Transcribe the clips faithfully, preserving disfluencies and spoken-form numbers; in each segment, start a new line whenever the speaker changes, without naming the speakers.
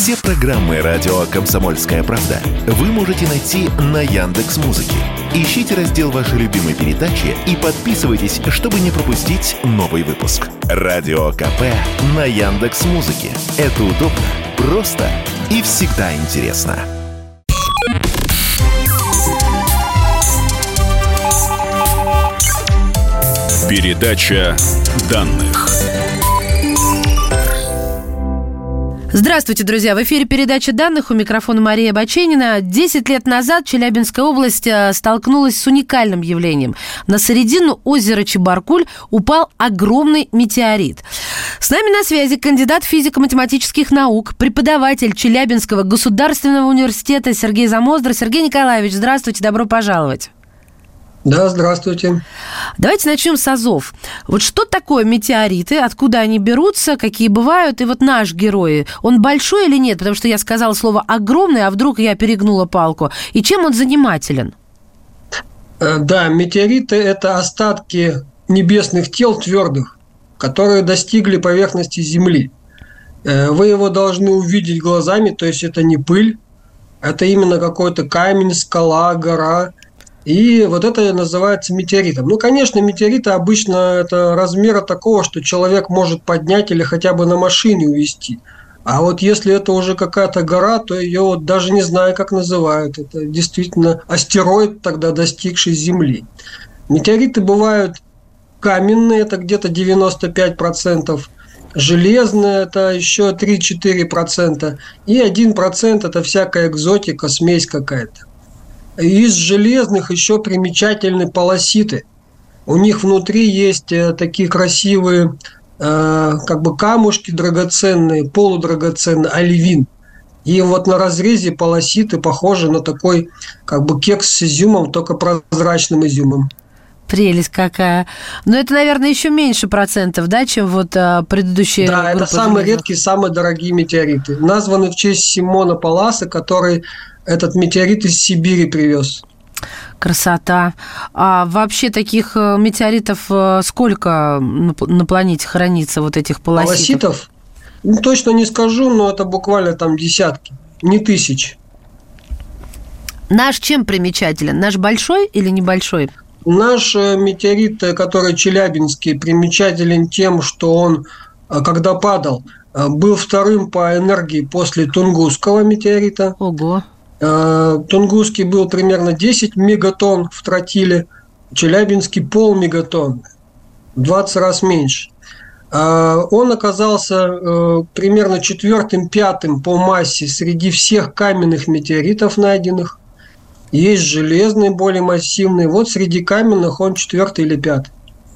Все программы радио «Комсомольская правда» вы можете найти на Яндекс.Музыке. Ищите раздел вашей любимой передачи и подписывайтесь, чтобы не пропустить новый выпуск. Радио КП на Яндекс.Музыке. Это удобно, просто и всегда интересно. Передача данных.
Здравствуйте, друзья! В эфире передача данных, у микрофона Мария Баченина. Десять лет назад Челябинская область столкнулась с уникальным явлением. На середину озера Чебаркуль упал огромный метеорит. С нами на связи кандидат физико-математических наук, преподаватель Челябинского государственного университета Сергей Замоздра. Сергей Николаевич, здравствуйте, добро пожаловать.
Да, здравствуйте.
Давайте начнем с азов. Вот что такое метеориты, откуда они берутся, какие бывают, и вот наш герой, он большой или нет? Потому что я сказала слово «огромный», а вдруг я перегнула палку. И чем он занимателен?
Да, метеориты – это остатки небесных тел твердых, которые достигли поверхности Земли. Вы его должны увидеть глазами, то есть это не пыль, это именно какой-то камень, скала, гора. И вот это называется метеоритом. Ну, конечно, метеориты обычно это размера такого, что человек может поднять или хотя бы на машине увезти. А вот если это уже какая-то гора, то ее вот даже не знаю, как называют. Это действительно астероид, тогда достигший Земли. Метеориты бывают каменные, это где-то девяносто пять процентов. Железные – это еще три-четыре процента. И один процент – это всякая экзотика, смесь какая-то. Из железных еще примечательны полоситы. У них внутри есть такие красивые э, как бы камушки драгоценные, полудрагоценные, оливин. И вот на разрезе полоситы похожи на такой как бы кекс с изюмом, только прозрачным изюмом.
Прелесть какая. Но это, наверное, еще меньше процентов, да, чем вот а, предыдущие.
Да, это самые редкие, самые дорогие метеориты. Названы в честь Симона Палласа, который этот метеорит из Сибири привез.
Красота. А вообще таких метеоритов сколько на планете хранится, вот этих полоситов?
Полоситов? Ну, точно не скажу, но это буквально там десятки, не тысяч.
Наш чем примечателен? Наш большой или небольшой?
Наш метеорит, который челябинский, примечателен тем, что он, когда падал, был вторым по энергии после Тунгусского метеорита.
Ого.
Тунгусский был примерно десять мегатонн в тротиле, Челябинский полмегатонны, в двадцать раз меньше. Он оказался примерно четвертым-пятым по массе среди всех каменных метеоритов найденных. Есть железные, более массивные. Вот среди каменных он четвертый или пятый.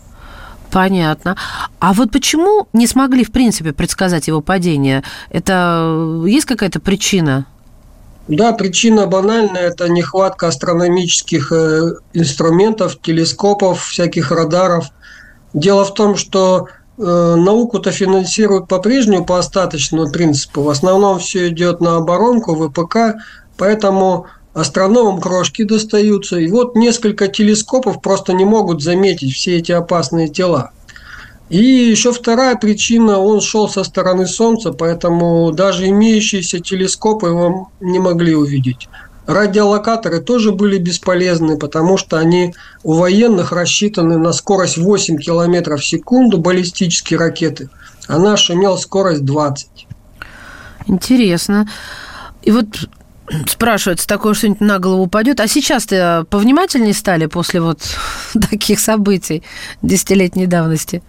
Понятно. А вот почему не смогли, в принципе, предсказать его падение? Это есть какая-то причина?
Да, причина банальная – это нехватка астрономических инструментов, телескопов, всяких радаров. Дело в том, что науку-то финансируют по-прежнему по остаточному принципу. В основном все идет на оборонку, ВПК, поэтому астрономам крошки достаются. И вот несколько телескопов просто не могут заметить все эти опасные тела. И еще вторая причина, он шел со стороны Солнца, поэтому даже имеющиеся телескопы его не могли увидеть. Радиолокаторы тоже были бесполезны, потому что они у военных рассчитаны на скорость восемь километров в секунду, баллистические ракеты, а наш имел скорость двадцать.
Интересно. И вот спрашивается, такое что-нибудь на голову упадет. А сейчас-то повнимательнее стали после вот таких событий десятилетней давности?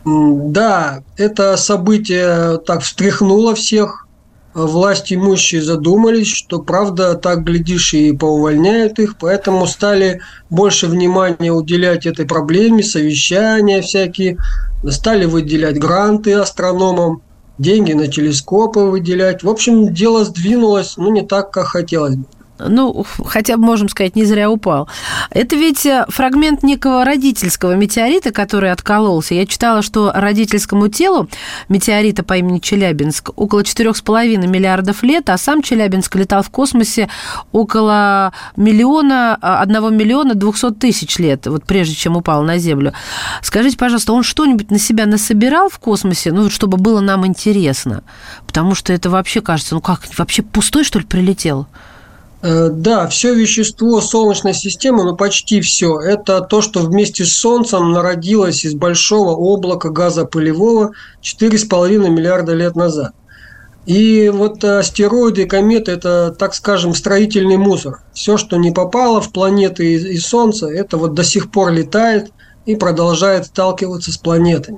Да, это событие так встряхнуло всех. Власть имущие задумались, что, правда, так, глядишь, и поувольняют их, поэтому стали больше внимания уделять этой проблеме, совещания всякие, стали выделять гранты астрономам, деньги на телескопы выделять. В общем, дело сдвинулось, ну, не так, как хотелось бы.
Ну, хотя бы, можем сказать, не зря упал. Это ведь фрагмент некого родительского метеорита, который откололся. Я читала, что родительскому телу метеорита по имени Челябинск около четырех с половиной миллиардов лет, а сам Челябинск летал в космосе около миллиона, одного миллиона двухсот тысяч лет, вот прежде чем упал на Землю. Скажите, пожалуйста, он что-нибудь на себя насобирал в космосе, ну, чтобы было нам интересно? Потому что это вообще кажется, ну как, вообще пустой, что ли, прилетел?
Да, все вещество Солнечной системы, ну почти все, это то, что вместе с Солнцем народилось из большого облака газа пылевого четыре с половиной миллиарда лет назад. И вот астероиды и кометы – это, так скажем, строительный мусор. Все, что не попало в планеты и Солнце, это вот до сих пор летает и продолжает сталкиваться с планетами.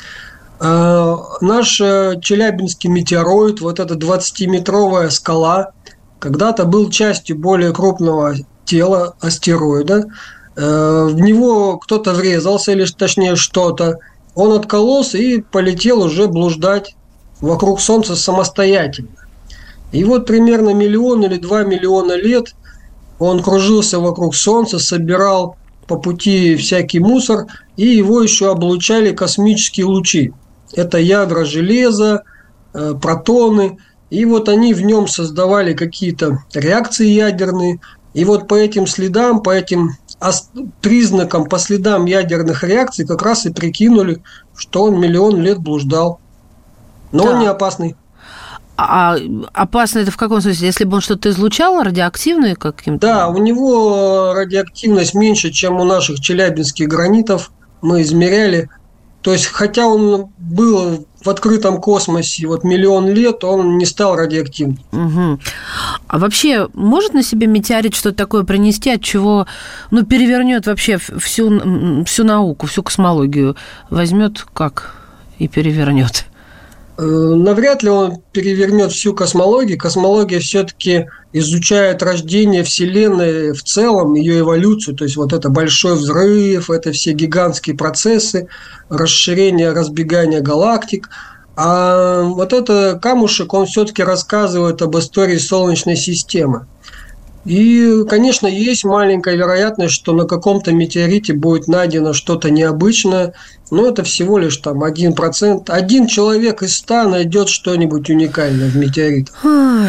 Наш Челябинский метеороид, вот эта двадцатиметровая скала, когда-то был частью более крупного тела астероида. В него кто-то врезался, или точнее что-то. Он откололся и полетел уже блуждать вокруг Солнца самостоятельно. И вот примерно миллион или два миллиона лет он кружился вокруг Солнца, собирал по пути всякий мусор, и его еще облучали космические лучи. Это ядра железа, протоны. И вот они в нем создавали какие-то реакции ядерные. И вот по этим следам, по этим признакам, по следам ядерных реакций как раз и прикинули, что он миллион лет блуждал. Но да. Он не опасный.
А опасно это в каком смысле? Если бы он что-то излучал радиоактивное каким-то?
Да, у него радиоактивность меньше, чем у наших челябинских гранитов. Мы измеряли. То есть, хотя он был в открытом космосе вот миллион лет, он не стал радиоактивным.
Угу. А вообще, может на себе метеорит что-то такое принести, от чего, ну, перевернет вообще всю, всю науку, всю космологию? Возьмет как и перевернет?
Навряд ли он перевернет всю космологию. Космология все-таки изучает рождение Вселенной в целом, ее эволюцию. То есть, вот это большой взрыв, это все гигантские процессы, расширение, разбегание галактик. А вот этот камушек, он все-таки рассказывает об истории Солнечной системы. И, конечно, есть маленькая вероятность, что на каком-то метеорите будет найдено что-то необычное, но это всего лишь там один процент. Один человек из ста найдет что-нибудь уникальное в метеоритах.
Ой,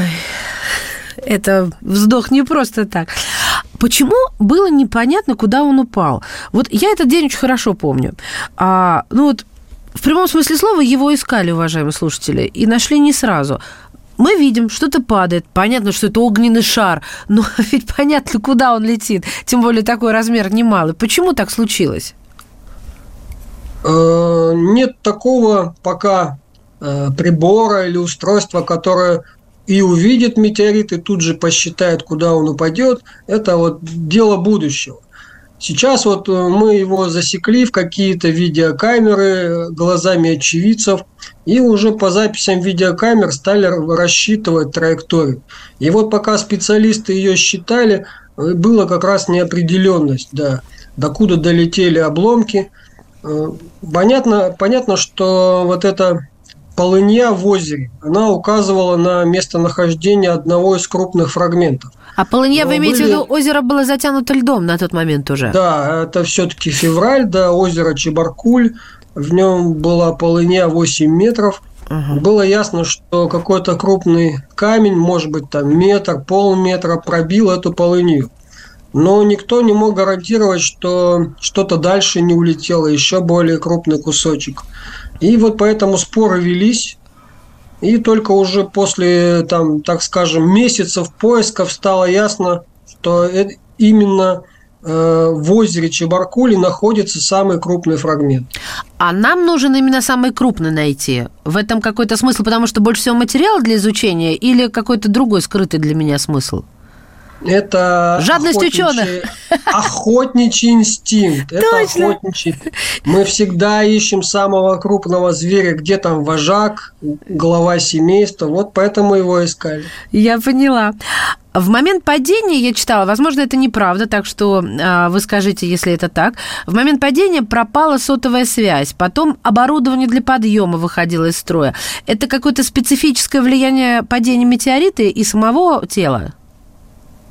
это вздох не просто так. Почему было непонятно, куда он упал? Вот я этот день очень хорошо помню. А, ну вот в прямом смысле слова его искали, уважаемые слушатели, и нашли не сразу. Мы видим, что-то падает. Понятно, что это огненный шар, но ведь понятно, куда он летит. Тем более такой размер немалый. Почему так случилось?
Нет такого пока прибора или устройства, которое и увидит метеорит, и тут же посчитает, куда он упадет. Это вот дело будущего. Сейчас вот мы его засекли в какие-то видеокамеры глазами очевидцев, и уже по записям видеокамер стали рассчитывать траекторию. И вот пока специалисты ее считали, была как раз неопределенность, да, докуда долетели обломки. Понятно, понятно, что вот эта полынья в озере, она указывала на местонахождение одного из крупных фрагментов.
А полынья, вы имеете были... в виду, озеро было затянуто льдом на тот момент уже?
Да, это все-таки февраль, да, озеро Чебаркуль, в нем была полынья восемь метров. Угу. Было ясно, что какой-то крупный камень, может быть, там метр, полметра, пробил эту полынью. Но никто не мог гарантировать, что что-то дальше не улетело, еще более крупный кусочек. И вот поэтому споры велись. И только уже после, там, так скажем, месяцев поисков стало ясно, что именно э, в озере Чебаркули находится самый крупный фрагмент.
А нам нужен именно самый крупный найти. В этом какой-то смысл, потому что больше всего материала для изучения, или какой-то другой скрытый для меня смысл?
Это
жадность ученых.
Охотничий инстинкт. Это
Точно.
Охотничий. Мы всегда ищем самого крупного зверя, где там вожак, глава семейства. Вот поэтому его искали.
Я поняла. В момент падения, я читала, возможно, это неправда, так что э, вы скажите, если это так. В момент падения пропала сотовая связь, потом оборудование для подъема выходило из строя. Это какое-то специфическое влияние падения метеорита и самого тела?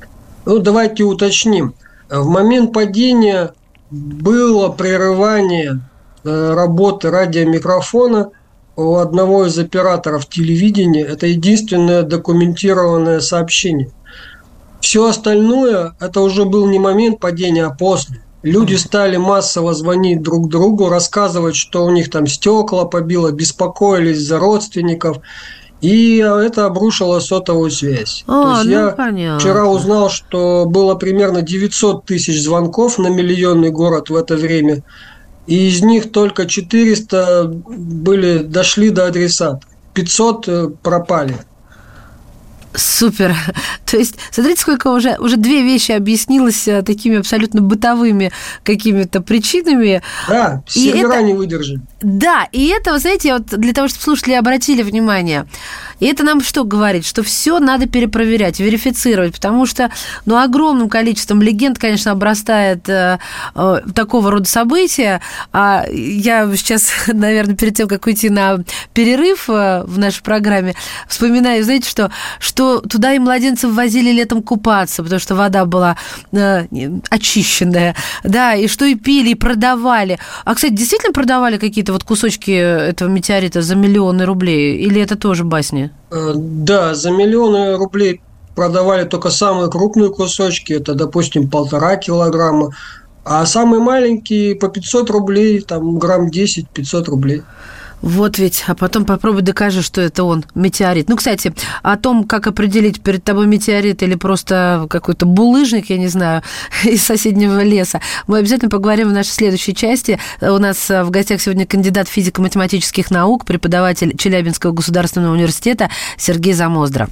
Ну, давайте уточним. В момент падения было прерывание работы радиомикрофона у одного из операторов телевидения. Это единственное документированное сообщение. Все остальное, это уже был не момент падения, а после. Люди стали массово звонить друг другу, рассказывать, что у них там стекла побило, беспокоились за родственников. И это обрушило сотовую связь.
А,
То есть
ну,
я
понятно.
Вчера узнал, что было примерно девятьсот тысяч звонков на миллионный город в это время. И из них только четыреста были, дошли до адресата. пятьсот пропали.
Супер. То есть, смотрите, сколько уже, уже две вещи объяснилось такими абсолютно бытовыми какими-то причинами.
Да, сервера это... не выдержали.
Да, и это, вы знаете, вот для того, чтобы слушатели обратили внимание, и это нам что говорит? Что все надо перепроверять, верифицировать, потому что, ну, огромным количеством легенд, конечно, обрастает э, э, такого рода события. А я сейчас, наверное, перед тем, как уйти на перерыв э, в нашей программе, вспоминаю, знаете, что, что туда и младенцев возили летом купаться, потому что вода была э, очищенная, да, и что и пили, и продавали. А, кстати, действительно продавали какие-то вот кусочки этого метеорита за миллионы рублей? Или это тоже басни?
Да, за миллионы рублей продавали только самые крупные кусочки, это, допустим, полтора килограмма, а самые маленькие по пятьсот рублей, там грамм десять-пятьсот рублей.
Вот ведь, а потом попробуй докажи, что это он, метеорит. Ну, кстати, о том, как определить, перед тобой метеорит или просто какой-то булыжник, я не знаю, из соседнего леса, мы обязательно поговорим в нашей следующей части. У нас в гостях сегодня кандидат физико-математических наук, преподаватель Челябинского государственного университета Сергей Замоздра.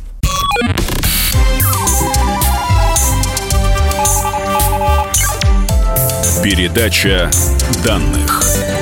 Передача данных.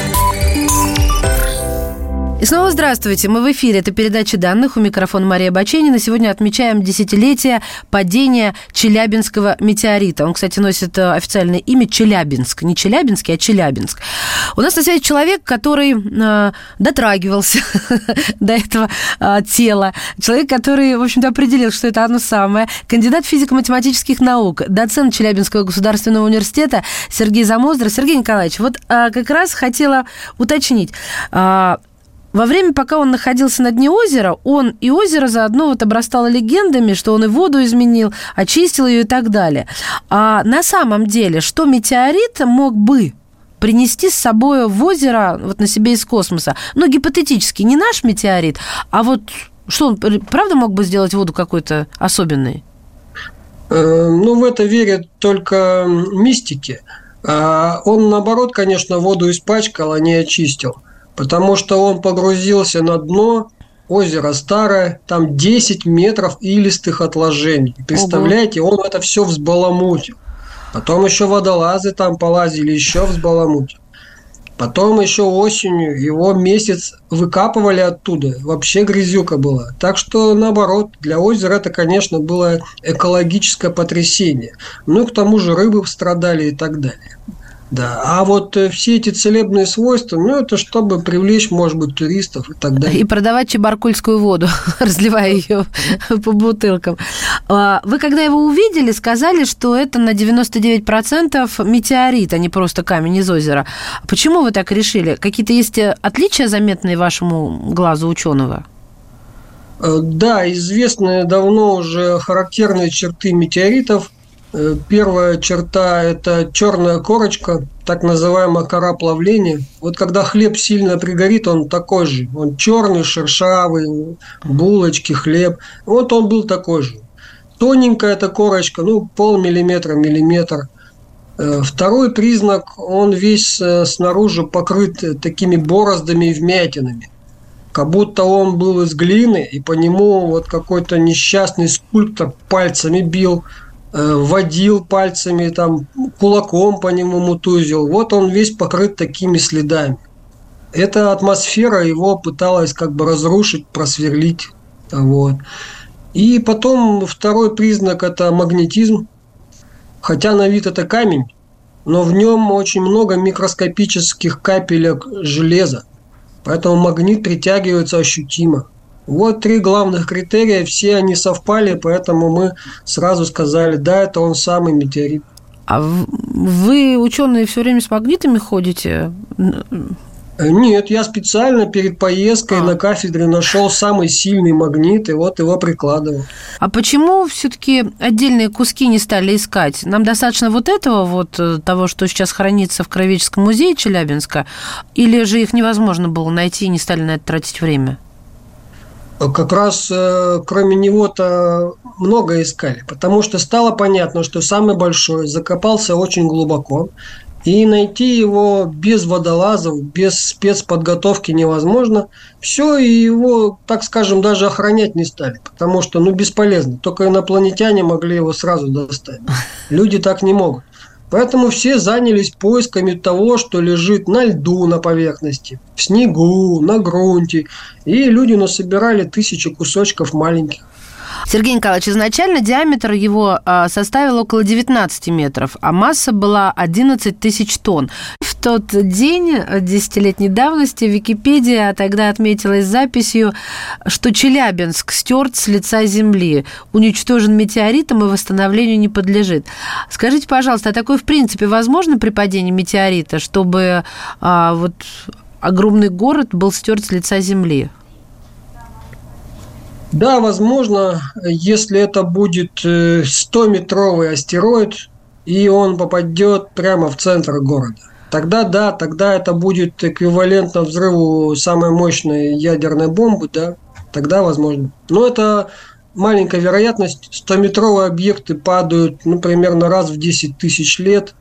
И снова здравствуйте. Мы в эфире. Это передача данных. У микрофона Мария Баченина. Сегодня отмечаем десятилетие падения Челябинского метеорита. Он, кстати, носит официальное имя Челябинск. Не Челябинский, а Челябинск. У нас на связи человек, который э, дотрагивался до этого э, тела. Человек, который, в общем-то, определил, что это оно самое. Кандидат физико-математических наук, доцент Челябинского государственного университета Сергей Замоздра. Сергей Николаевич, вот э, как раз хотела уточнить. Э, Во время, пока он находился на дне озера, он и озеро заодно вот обрастало легендами, что он и воду изменил, очистил ее и так далее. А на самом деле, что метеорит мог бы принести с собой в озеро вот на себе из космоса? Ну, гипотетически, не наш метеорит, а вот что он, правда, мог бы сделать воду какой-то особенной?
Ну, в это верят только мистики. Он, наоборот, конечно, воду испачкал, а не очистил. Потому что он погрузился на дно, озеро старое, там десять метров илистых отложений. Представляете, он это все взбаламутил. Потом еще водолазы там полазили, еще взбаламутил. Потом еще осенью его месяц выкапывали оттуда. Вообще грязюка была. Так что, наоборот, для озера это, конечно, было экологическое потрясение. Ну и к тому же рыбы страдали и так далее. Да, а вот все эти целебные свойства, ну, это чтобы привлечь, может быть, туристов и так далее.
И продавать чебаркульскую воду, разливая ее по бутылкам. Вы, когда его увидели, сказали, что это на девяносто девять процентов метеорит, а не просто камень из озера. Почему вы так решили? Какие-то есть отличия заметные вашему глазу ученого?
Да, известны давно уже характерные черты метеоритов. Первая черта – это черная корочка, так называемая кора плавления. Вот когда хлеб сильно пригорит, он такой же. Он черный, шершавый, булочки, хлеб. Вот он был такой же. Тоненькая эта корочка, ну, полмиллиметра, миллиметр. Второй признак – он весь снаружи покрыт такими бороздами и вмятинами. Как будто он был из глины, и по нему вот какой-то несчастный скульптор пальцами бил, водил пальцами, там, кулаком по нему мутузил. Вот он весь покрыт такими следами. Эта атмосфера его пыталась как бы разрушить, просверлить. Вот. И потом второй признак – это магнетизм. Хотя на вид это камень, но в нем очень много микроскопических капелек железа. Поэтому магнит притягивается ощутимо. Вот три главных критерия, все они совпали, поэтому мы сразу сказали, да, это он самый метеорит.
А вы, ученые, все время с магнитами ходите?
Нет, я специально перед поездкой
а.
на кафедре нашел самый сильный магнит, и вот его прикладывал.
А почему все-таки отдельные куски не стали искать? Нам достаточно вот этого, вот того, что сейчас хранится в Краеведческом музее Челябинска, или же их невозможно было найти и не стали на это тратить время?
Как раз э, кроме него-то много искали, потому что стало понятно, что самый большой закопался очень глубоко, и найти его без водолазов, без спецподготовки невозможно. Все, и его, так скажем, даже охранять не стали, потому что, ну, бесполезно. Только инопланетяне могли его сразу достать. Люди так не могут. Поэтому все занялись поисками того, что лежит на льду на поверхности, в снегу, на грунте. И люди насобирали тысячи кусочков маленьких.
Сергей Николаевич, изначально диаметр его составил около девятнадцать метров, а масса была одиннадцать тысяч тонн. В тот день, десятилетней давности, Википедия тогда отметилась записью, что Челябинск стерт с лица земли, уничтожен метеоритом и восстановлению не подлежит. Скажите, пожалуйста, а такое в принципе возможно при падении метеорита, чтобы а, вот огромный город был стерт с лица земли?
Да, возможно, если это будет стометровый астероид, и он попадет прямо в центр города. Тогда да, тогда это будет эквивалентно взрыву самой мощной ядерной бомбы, да, тогда возможно. Но это маленькая вероятность. стометровые объекты падают, ну, примерно раз в десять тысяч лет.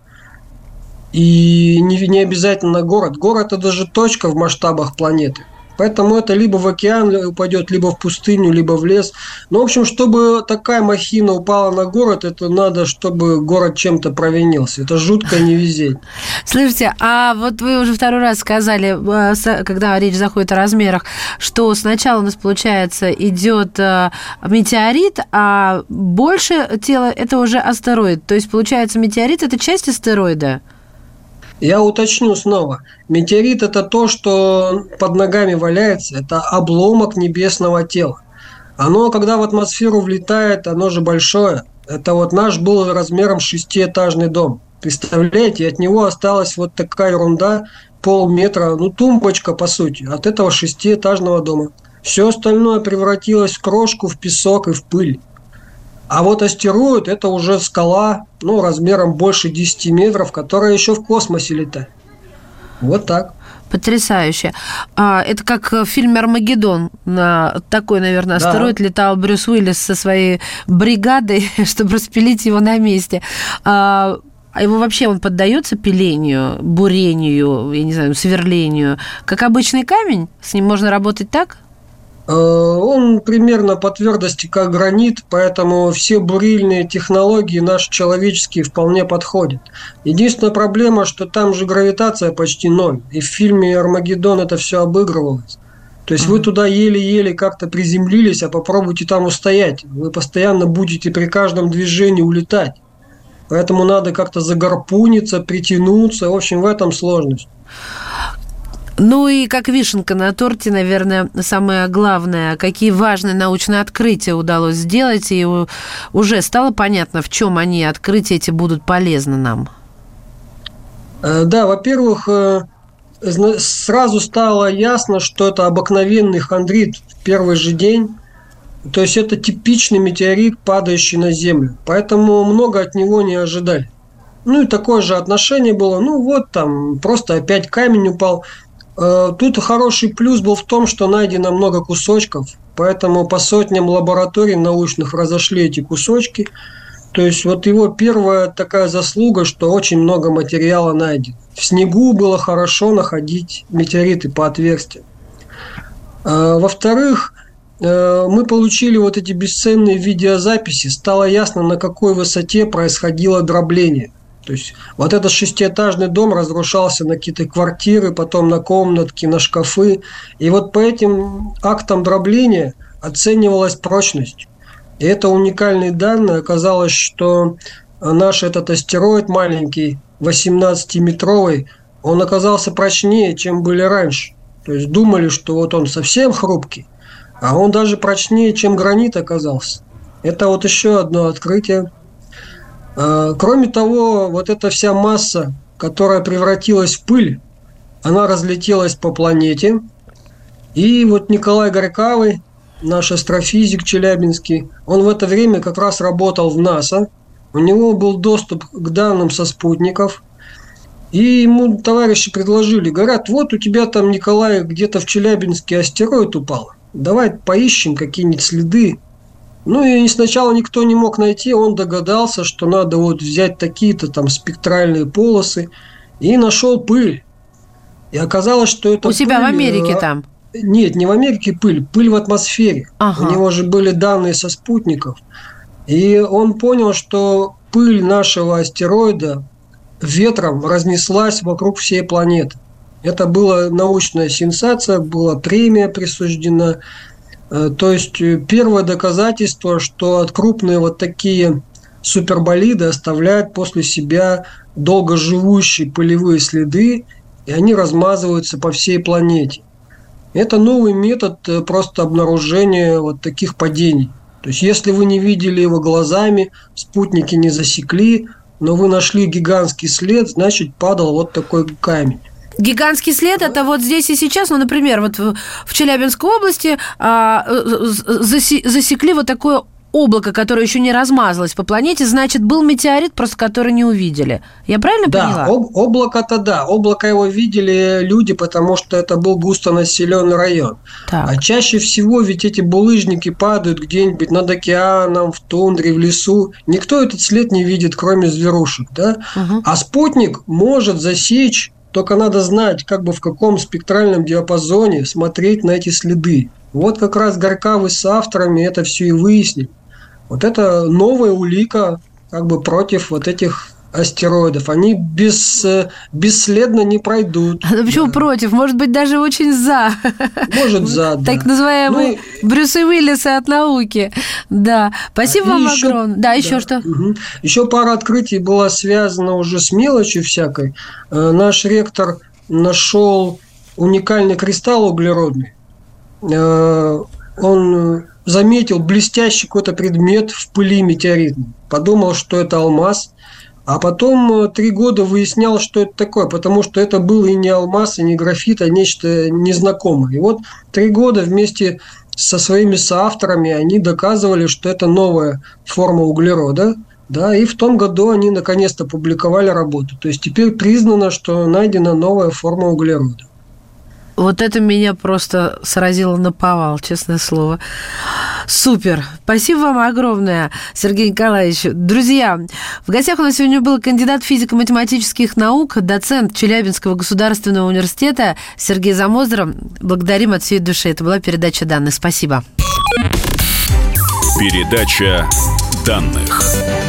И не, не обязательно на город. Город – это даже точка в масштабах планеты. Поэтому это либо в океан упадет, либо в пустыню, либо в лес. Но, в общем, чтобы такая махина упала на город, это надо, чтобы город чем-то провинился. Это жуткое невезение.
Слушайте, а вот вы уже второй раз сказали, когда речь заходит о размерах, что сначала у нас, получается, идет метеорит, а больше тела – это уже астероид. То есть, получается, метеорит – это часть астероида?
Я уточню снова. Метеорит – это то, что под ногами валяется. Это обломок небесного тела. Оно, когда в атмосферу влетает, оно же большое. Это вот наш был размером шестиэтажный дом. Представляете, от него осталась вот такая ерунда, полметра, ну тумбочка по сути, от этого шестиэтажного дома. Все остальное превратилось в крошку, в песок и в пыль. А вот астероид – это уже скала, ну, размером больше десяти метров, которая еще в космосе летает. Вот так.
Потрясающе. Это как в фильме «Армагеддон». На такой, наверное, астероид да. летал Брюс Уиллис со своей бригадой, чтобы распилить его на месте. А его вообще он поддается пилению, бурению, я не знаю, сверлению, как обычный камень? С ним можно работать так?
Он примерно по твердости как гранит, поэтому все бурильные технологии наши человеческие вполне подходят. Единственная проблема, что там же гравитация почти ноль, и в фильме «Армагеддон» это все обыгрывалось. То есть mm-hmm. вы туда еле-еле как-то приземлились, а попробуйте там устоять. Вы постоянно будете при каждом движении улетать. Поэтому надо как-то загорпуниться, притянуться. В общем, в этом сложность.
Ну и как вишенка на торте, наверное, самое главное, какие важные научные открытия удалось сделать, и уже стало понятно, в чем они, открытия эти, будут полезны нам?
Да, во-первых, сразу стало ясно, что это обыкновенный хондрит в первый же день. То есть это типичный метеорит, падающий на Землю. Поэтому много от него не ожидали. Ну и такое же отношение было. Ну вот там просто опять камень упал. Тут хороший плюс был в том, что найдено много кусочков, поэтому по сотням лабораторий научных разошли эти кусочки. То есть вот его первая такая заслуга, что очень много материала найдено. В снегу было хорошо находить метеориты по отверстиям. Во-вторых, мы получили вот эти бесценные видеозаписи, стало ясно, на какой высоте происходило дробление. То есть вот этот шестиэтажный дом разрушался на какие-то квартиры, потом на комнатки, на шкафы. И вот по этим актам дробления оценивалась прочность. И это уникальные данные. Оказалось, что наш этот астероид маленький, восемнадцатиметровый, он оказался прочнее, чем были раньше. То есть думали, что вот он совсем хрупкий. А он даже прочнее, чем гранит оказался. Это вот еще одно открытие. Кроме того, вот эта вся масса, которая превратилась в пыль, она разлетелась по планете. И вот Николай Горькавый, наш астрофизик челябинский, он в это время как раз работал в НАСА. У него был доступ к данным со спутников. И ему товарищи предложили, говорят, вот у тебя там, Николай, где-то в Челябинске астероид упал. Давай поищем какие-нибудь следы. Ну и сначала никто не мог найти, он догадался, что надо вот взять такие-то там спектральные полосы, и нашел пыль. И оказалось, что это
у себя
пыль,
в Америке там?
Нет, не в Америке пыль, пыль в атмосфере. Ага. У него же были данные со спутников. И он понял, что пыль нашего астероида ветром разнеслась вокруг всей планеты. Это была научная сенсация, была премия присуждена. То есть первое доказательство, что крупные вот такие суперболиды оставляют после себя долгоживущие пылевые следы, и они размазываются по всей планете. Это новый метод просто обнаружения вот таких падений. То есть если вы не видели его глазами, спутники не засекли, но вы нашли гигантский след, значит, падал вот такой камень.
Гигантский след – это вот здесь и сейчас, ну, например, вот в Челябинской области а, засекли вот такое облако, которое еще не размазалось по планете, значит, был метеорит, просто который не увидели. Я правильно
да,
поняла?
Да, об- облако-то да. Облако его видели люди, потому что это был густонаселенный район. Так. А чаще всего ведь эти булыжники падают где-нибудь над океаном, в тундре, в лесу. Никто этот след не видит, кроме зверушек, да? Угу. А спутник может засечь, только надо знать, как бы в каком спектральном диапазоне смотреть на эти следы. Вот как раз Горькавый с авторами это все и выяснили. Вот это новая улика как бы против вот этих астероидов. Они без, бесследно не пройдут.
А почему да. против? Может быть, даже очень за.
Может, за, да.
Так называемые ну, Брюсы Уиллисы от науки. Да. Спасибо вам еще, огромное. Да, еще да. что?
Угу. Еще пара открытий была связана уже с мелочью всякой. Наш ректор нашел уникальный кристалл углеродный. Он заметил блестящий какой-то предмет в пыли метеоритной. Подумал, что это алмаз. А потом три года выяснял, что это такое, потому что это был и не алмаз, и не графит, а нечто незнакомое. И вот три года вместе со своими соавторами они доказывали, что это новая форма углерода. Да, и в том году они наконец-то публиковали работу. То есть теперь признано, что найдена новая форма углерода.
Вот это меня просто сразило наповал, честное слово. Супер. Спасибо вам огромное, Сергей Николаевич. Друзья, в гостях у нас сегодня был кандидат физико-математических наук, доцент Челябинского государственного университета Сергей Замоздров. Благодарим от всей души. Это была передача данных. Спасибо.
Передача данных.